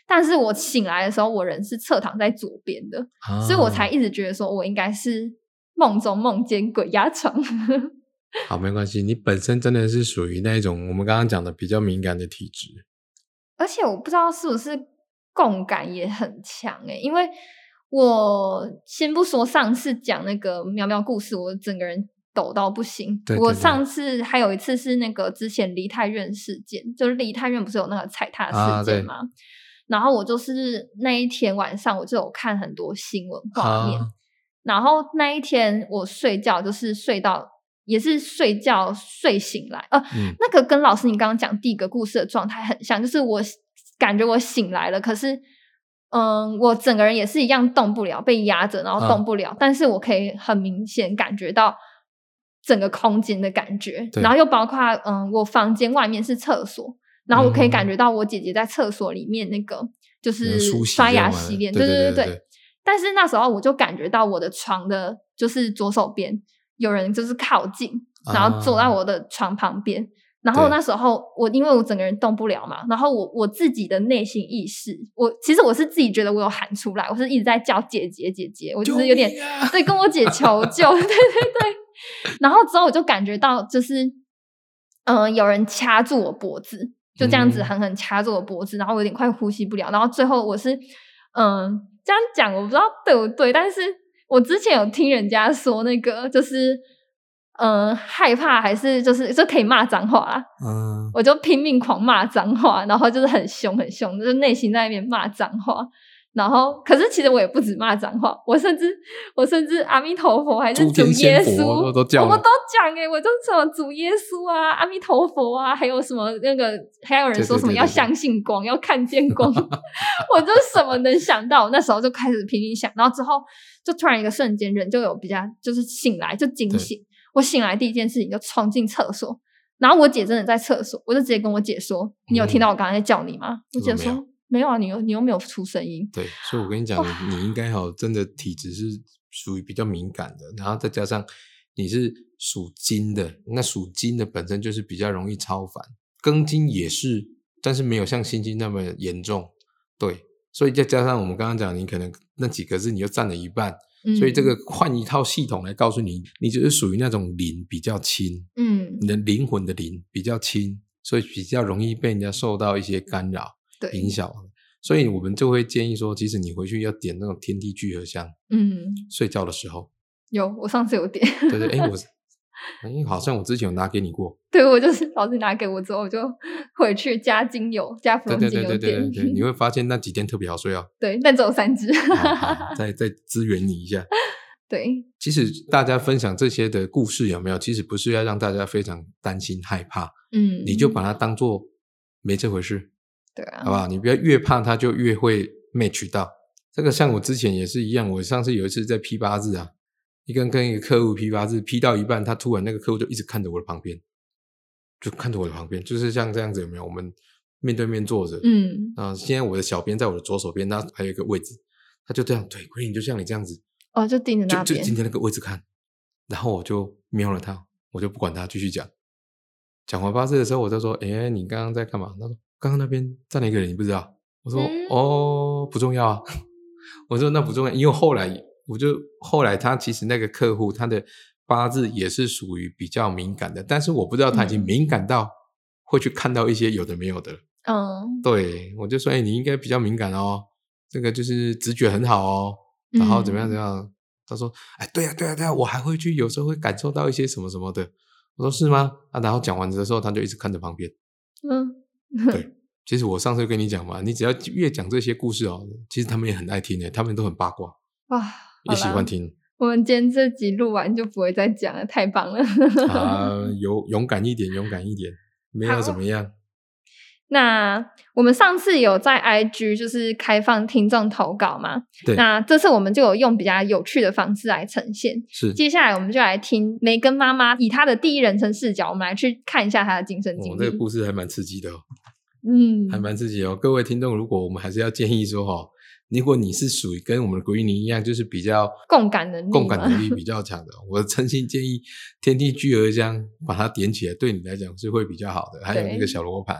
但是我醒来的时候我人是侧躺在左边的、啊、所以我才一直觉得说我应该是梦中梦见鬼压床。 好，没关系，你本身真的是属于那种我们刚刚讲的比较敏感的体质， 而且我不知道是不是共感也很强诶、欸、因为我先不说上次讲那个喵喵故事我整个人抖到不行， 对对对， 我上次还有一次是那个之前梨泰院事件，就是梨泰院不是有那个踩踏事件吗、啊、然后我就是那一天晚上我就有看很多新闻画面、啊、然后那一天我睡觉就是睡到也是睡觉睡醒来呃、嗯，那个跟老师你刚刚讲第一个故事的状态很像，就是我感觉我醒来了，可是嗯，我整个人也是一样动不了，被压着然后动不了、啊、但是我可以很明显感觉到整个空间的感觉，然后又包括嗯，我房间外面是厕所，然后我可以感觉到我姐姐在厕所里面那个就是刷牙洗脸，对对对 对, 对, 对。但是那时候我就感觉到我的床的就是左手边有人就是靠近，然后坐在我的床旁边、啊、然后那时候我因为我整个人动不了嘛，然后我我自己的内心意识，我其实我是自己觉得我有喊出来，我是一直在叫姐姐姐姐，我就是有点、啊、对跟我姐求救对对对。然后之后我就感觉到就是嗯、呃，有人掐住我脖子，就这样子狠狠掐住我脖子、嗯、然后我有点快呼吸不了，然后最后我是嗯这样讲我不知道对不对，但是我之前有听人家说那个就是嗯、呃，害怕还是就是就可以骂脏话啦，嗯，我就拼命狂骂脏话，然后就是很凶很凶，就是内心在那边骂脏话，然后可是其实我也不止骂脏话，我甚至我甚至阿弥陀佛还是主耶稣都叫，我们都讲耶，我就什么主耶稣啊阿弥陀佛啊，还有什么那个还有人说什么要相信光要看见光我就什么能想到，那时候就开始拼命想，然后之后就突然一个瞬间人就有比较就是醒来就惊醒，我醒来第一件事情就冲进厕所，然后我姐真的在厕所，我就直接跟我姐说、嗯、你有听到我刚才在叫你吗？我姐说没有啊，你又你又没有出声音。对， 所以我跟你讲，你应该好，真的体质是属于比较敏感的，然后再加上你是属金的，那属金的本身就是比较容易超凡，庚金也是，但是没有像辛金那么严重。对，所以再加上我们刚刚讲，你可能那几个字你又占了一半，嗯、所以这个换一套系统来告诉你，你就是属于那种灵比较轻，嗯，你的灵魂的灵比较轻，所以比较容易被人家受到一些干扰。影响，所以我们就会建议说，其实你回去要点那种天地聚合香，嗯，睡觉的时候有，我上次有点， 对对，哎，我哎，好像我之前有拿给你过， 对，我就是老师拿给我之后，我就回去加精油，加芙蓉精油点， 对对对对对对，你会发现那几天特别好睡哦。 对，但只有三支， 再再支援你一下。 对， 其实大家分享这些的故事有没有？其实不是要让大家非常担心害怕，嗯，你就把它当做没这回事。 对啊， 好不好？你不要越怕它就越会 match 到。这个像我之前也是一样，我上次有一次在批八字啊，一个人跟一个客户批八字，批到一半，他突然那个客户就一直看着我的旁边，就看着我的旁边，就是像这样子有没有？我们面对面坐着，嗯，啊，现在我的小编在我的左手边，他还有一个位置，他就这样，对 ，Green 就像你这样子， 哦，就盯着那边， 就就盯着那个位置看，然后我就瞄了他，我就不管他，继续讲。讲完八字的时候，我就说，哎，你刚刚在干嘛？他说。刚刚那边站了一个人，你不知道？我说、嗯、哦，不重要啊。我说那不重要，因为后来我就后来他其实那个客户他的八字也是属于比较敏感的，但是我不知道他已经敏感到会去看到一些有的没有的。嗯，对，我就说哎，你应该比较敏感哦，这个就是直觉很好哦，然后怎么样怎么样？嗯、他说哎，对啊对啊对啊，我还会去有时候会感受到一些什么什么的。我说是吗？啊，然后讲完的时候他就一直看着旁边。嗯。对，其实我上次跟你讲嘛，你只要越讲这些故事哦，其实他们也很爱听的，他们都很八卦，哇，也喜欢听。 我们今天这集录完就不会再讲了，太棒了。 啊，有勇敢一点，勇敢一点，没有怎么样。 那我们上次有在 I G 就是开放听众投稿嘛？对。那这次我们就有用比较有趣的方式来呈现。是。接下来我们就来听梅根妈妈以她的第一人称视角，我们来去看一下她的亲身经历。 哦，这个故事还蛮刺激的哦。嗯，还蛮刺激哦。各位听众，如果我们还是要建议说哦，如果你是属于跟我们的鬼灵一样，就是比较共感能力、 共感能力比较强的，我诚心建议天地聚合香把它点起来，对你来讲是会比较好的。还有那个小罗盘。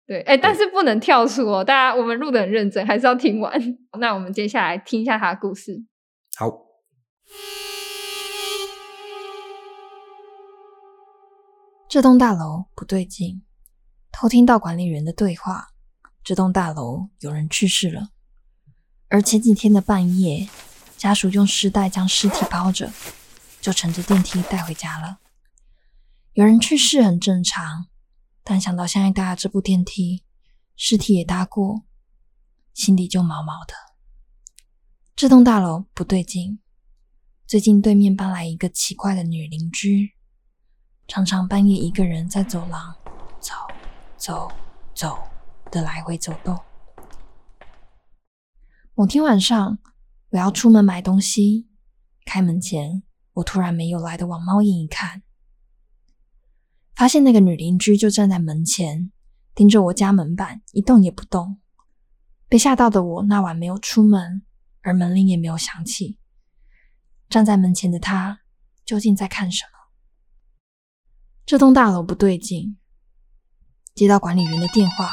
对，哎，但是不能跳出哦，大家我们录得很认真，还是要听完。那我们接下来听一下他的故事。 好。 这栋大楼不对劲，偷听到管理员的对话，这栋大楼有人去世了，而前几天的半夜，家属用尸袋将尸体包着，就乘着电梯带回家了。有人去世很正常，但想到现在搭这部电梯，尸体也搭过，心里就毛毛的。这栋大楼不对劲，最近对面搬来一个奇怪的女邻居，常常半夜一个人在走廊走走走的来回走动。某天晚上，我要出门买东西，开门前我突然没有来的往猫眼一看，发现那个女邻居就站在门前，盯着我家门板一动也不动。被吓到的我那晚没有出门，而门铃也没有响起。站在门前的她究竟在看什么？这栋大楼不对劲，接到管理员的电话。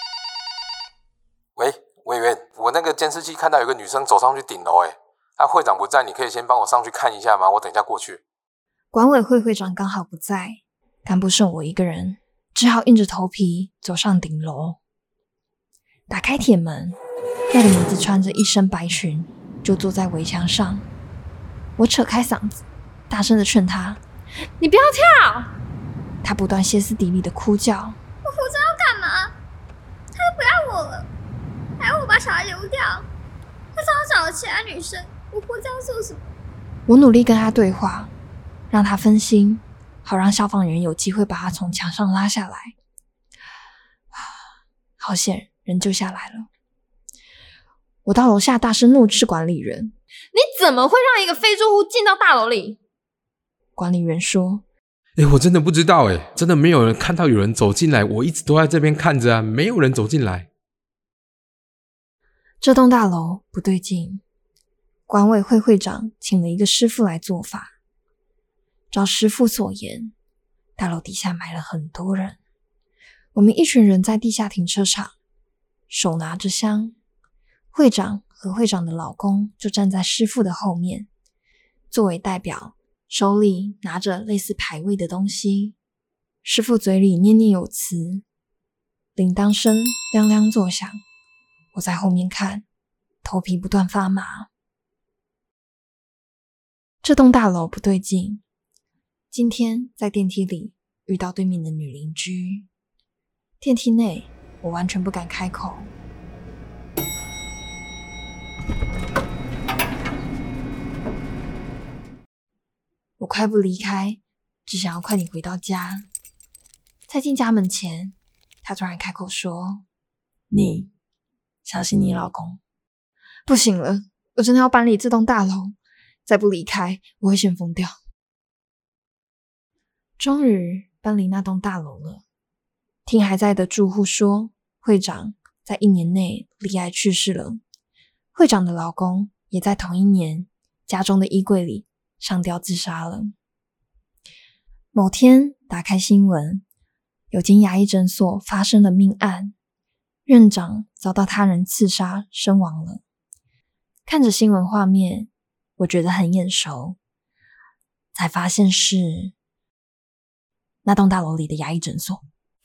喂，委员，我那个监视器看到有个女生走上去顶楼，诶，啊，会长不在，你可以先帮我上去看一下吗？我等一下过去。 管委会会长刚好不在，干部剩我一个人，只好硬着头皮走上顶楼。打开铁门，那个女子穿着一身白裙，就坐在围墙上。我扯开嗓子，大声的劝她：“你不要跳！”她不断歇斯底里的哭叫：“ 我活着要干嘛？他都不要我了，还要我把小孩流掉。他找我找了其他女生，我活着要做什么？” 我努力跟她对话，让她分心，好让消防员有机会把她从墙上拉下来。好险，人救下来了。我到楼下大声怒斥管理员：“ 你怎么会让一个非住户进到大楼里？” 管理员说：“ 诶，我真的不知道诶，真的没有人看到有人走进来，我一直都在这边看着啊，没有人走进来。” 这栋大楼不对劲，管委会会长请了一个师傅来做法。照师傅所言，大楼底下埋了很多人。我们一群人在地下停车场，手拿着香，会长和会长的老公就站在师傅的后面，作为代表，手里拿着类似牌位的东西。师傅嘴里念念有词，铃铛声亮亮作响。我在后面看，头皮不断发麻。这栋大楼不对劲，今天在电梯里遇到对面的女邻居。电梯内，我完全不敢开口。我快步离开，只想要快点回到家。在进家门前，他突然开口说：“你小心你老公。”不行了，我真的要搬离这栋大楼，再不离开，我会先疯掉。终于搬离那栋大楼了。听还在的住户说，会长在一年内罹癌去世了，会长的老公也在同一年家中的衣柜里上吊自杀了。某天打开新闻，有间牙医诊所发生了命案，院长遭到他人刺杀身亡了。看着新闻画面，我觉得很眼熟，才发现是那栋大楼里的牙医诊所。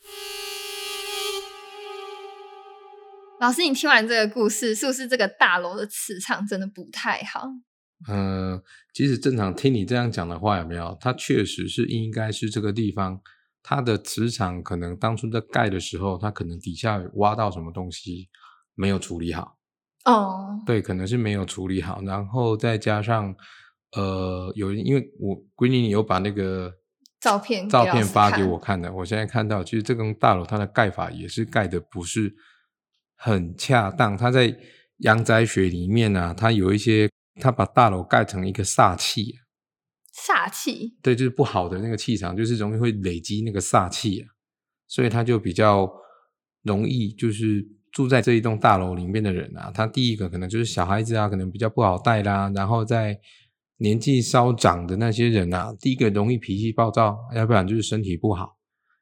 老师，你听完这个故事，是不是这个大楼的磁场真的不太好？ 呃，其实正常听你这样讲的话，有没有？它确实是应该是这个地方，它的磁场可能当初在盖的时候，它可能底下有挖到什么东西没有处理好。 哦， 对，可能是没有处理好，然后再加上呃，有因为我闺女有把那个照片照片发给看我看的，我现在看到，其实这栋大楼它的盖法也是盖的不是很恰当，它在阳宅学里面啊，它有一些，它把大楼盖成一个煞气、啊， 煞气， 对，就是不好的那个气场，就是容易会累积那个煞气啊，所以它就比较容易，就是住在这一栋大楼里面的人啊，他第一个可能就是小孩子啊，可能比较不好带啦，然后在年纪稍长的那些人啊，第一个容易脾气暴躁，要不然就是身体不好，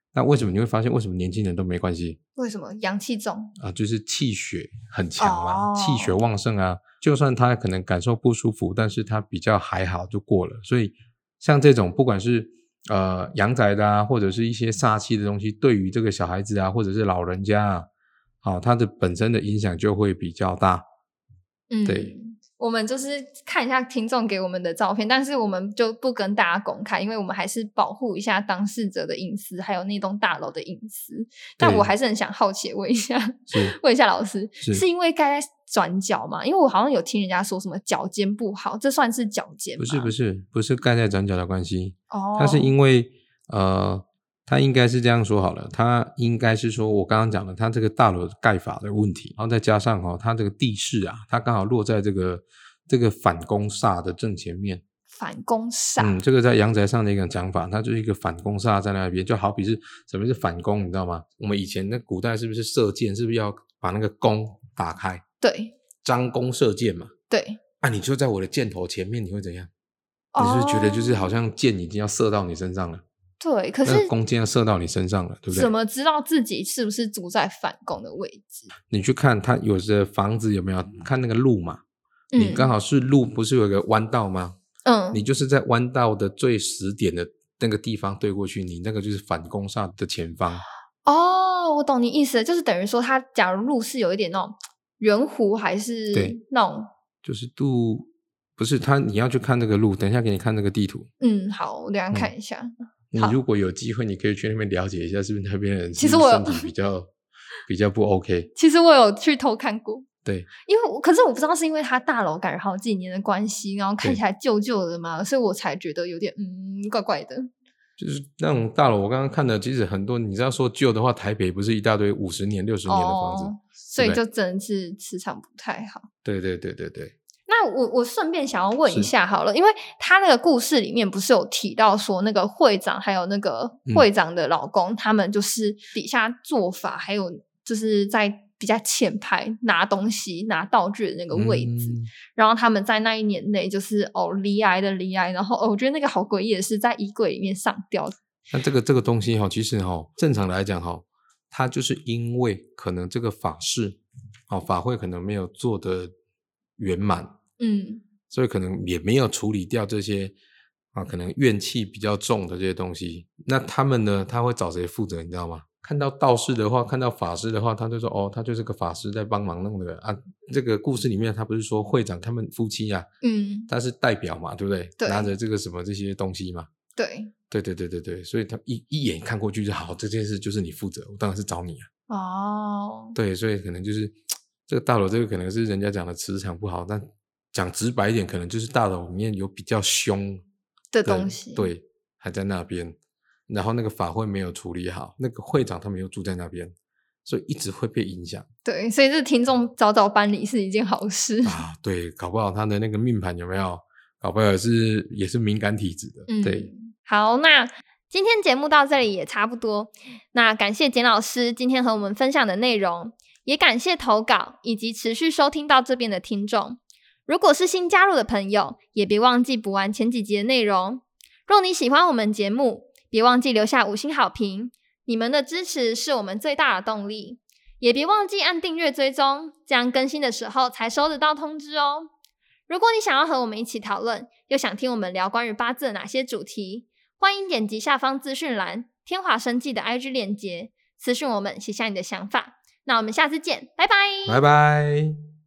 那为什么你会发现为什么年轻人都没关系？ 为什么阳气重啊？就是气血很强嘛， 哦、 气血旺盛啊。就算他可能感受不舒服，但是他比较还好就过了。所以像这种不管是呃阳宅的啊，或者是一些煞气的东西，对于这个小孩子啊，或者是老人家啊，好、哦，它的本身的影响就会比较大。 嗯， 对。 我们就是看一下听众给我们的照片，但是我们就不跟大家公开，因为我们还是保护一下当事者的隐私，还有那栋大楼的隐私。但我还是很想好奇问一下，问一下老师，是, 是因为盖在转角吗？因为我好像有听人家说什么脚尖不好，这算是脚尖吗？ 不是不是不是盖在转角的关系， 哦， 它是因为呃。他应该是这样说好了，他应该是说我刚刚讲的他这个大楼盖法的问题，然后再加上哦，他这个地势啊，他刚好落在这个这个反攻煞的正前面。 反攻煞， 嗯，这个在阳宅上的一个讲法，它就是一个反攻煞在那边，就好比是什么是反攻，你知道吗？我们以前那古代是不是射箭，是不是要把那个弓打开？ 对， 张弓射箭嘛。 对， 啊，你就在我的箭头前面，你会怎样？哦、你是不是觉得就是好像箭已经要射到你身上了？ 对，可是弓箭要射到你身上了，对不对？ 怎么知道自己是不是住在反攻的位置？ 你去看它有的房子有没有看那个路嘛？嗯、你刚好是路，不是有一个弯道吗？嗯，你就是在弯道的最始点的那个地方对过去，你那个就是反攻煞的前方。 哦，我懂你意思了，就是等于说，它假如路是有一点那种圆弧，还是那种， 就是度不是它，你要去看那个路。等一下给你看那个地图。 嗯，好，我等一下看一下。嗯你如果有机会，你可以去那边了解一下，是不是那边的人其实我身体比较比较不 OK。 其实我有去偷看过， 对， 因为我可是我不知道是因为它大楼改了好几年的关系，然后看起来旧旧的嘛，所以我才觉得有点嗯怪怪的。 就是那种大楼，我刚刚看的，其实很多，你知道说旧的话，台北不是一大堆五十年、六十年的房子， 哦、所以就真的是磁场不太好。 对对对对对。 那我我顺便想要问一下好了，因为他那个故事里面不是有提到说那个会长还有那个会长的老公、嗯、他们就是底下做法还有就是在比较前排拿东西拿道具的那个位置、嗯、然后他们在那一年内就是哦离癌的离癌，然后、哦、我觉得那个好诡异的是在衣柜里面上吊。 那这个这个东西其实正常来讲它就是因为可能这个法事法会可能没有做的圆满，嗯，所以可能也没有处理掉这些啊，可能怨气比较重的这些东西。那他们呢，他会找谁负责，你知道吗？看到道士的话，看到法师的话，他就说哦，他就是个法师在帮忙弄的啊。这个故事里面，他不是说会长他们夫妻啊，嗯，他是代表嘛，对不对？对，拿着这个什么这些东西嘛， 对， 对对对对对，所以他一一眼看过去就好，这件事就是你负责，我当然是找你啊。哦，对，所以可能就是这个大楼，这个可能是人家讲的磁场不好，但讲直白一点，可能就是大楼里面有比较凶的东西， 对，还在那边，然后那个法会没有处理好，那个会长他们又住在那边，所以一直会被影响。 对，所以这听众早早搬离是一件好事啊。对，搞不好他的那个命盘有没有，搞不好也是也是敏感体质的。嗯，对。 好，那今天节目到这里也差不多，那感谢简老师今天和我们分享的内容，也感谢投稿以及持续收听到这边的听众。如果是新加入的朋友，也别忘记补完前几集的内容。若你喜欢我们节目，别忘记留下五星好评，你们的支持是我们最大的动力。也别忘记按订阅追踪，这样更新的时候才收得到通知哦。如果你想要和我们一起讨论，又想听我们聊关于八字的哪些主题，欢迎点击下方资讯栏天华生技的 I G 链接，私讯我们写下你的想法。那我们下次见，拜拜， 拜拜。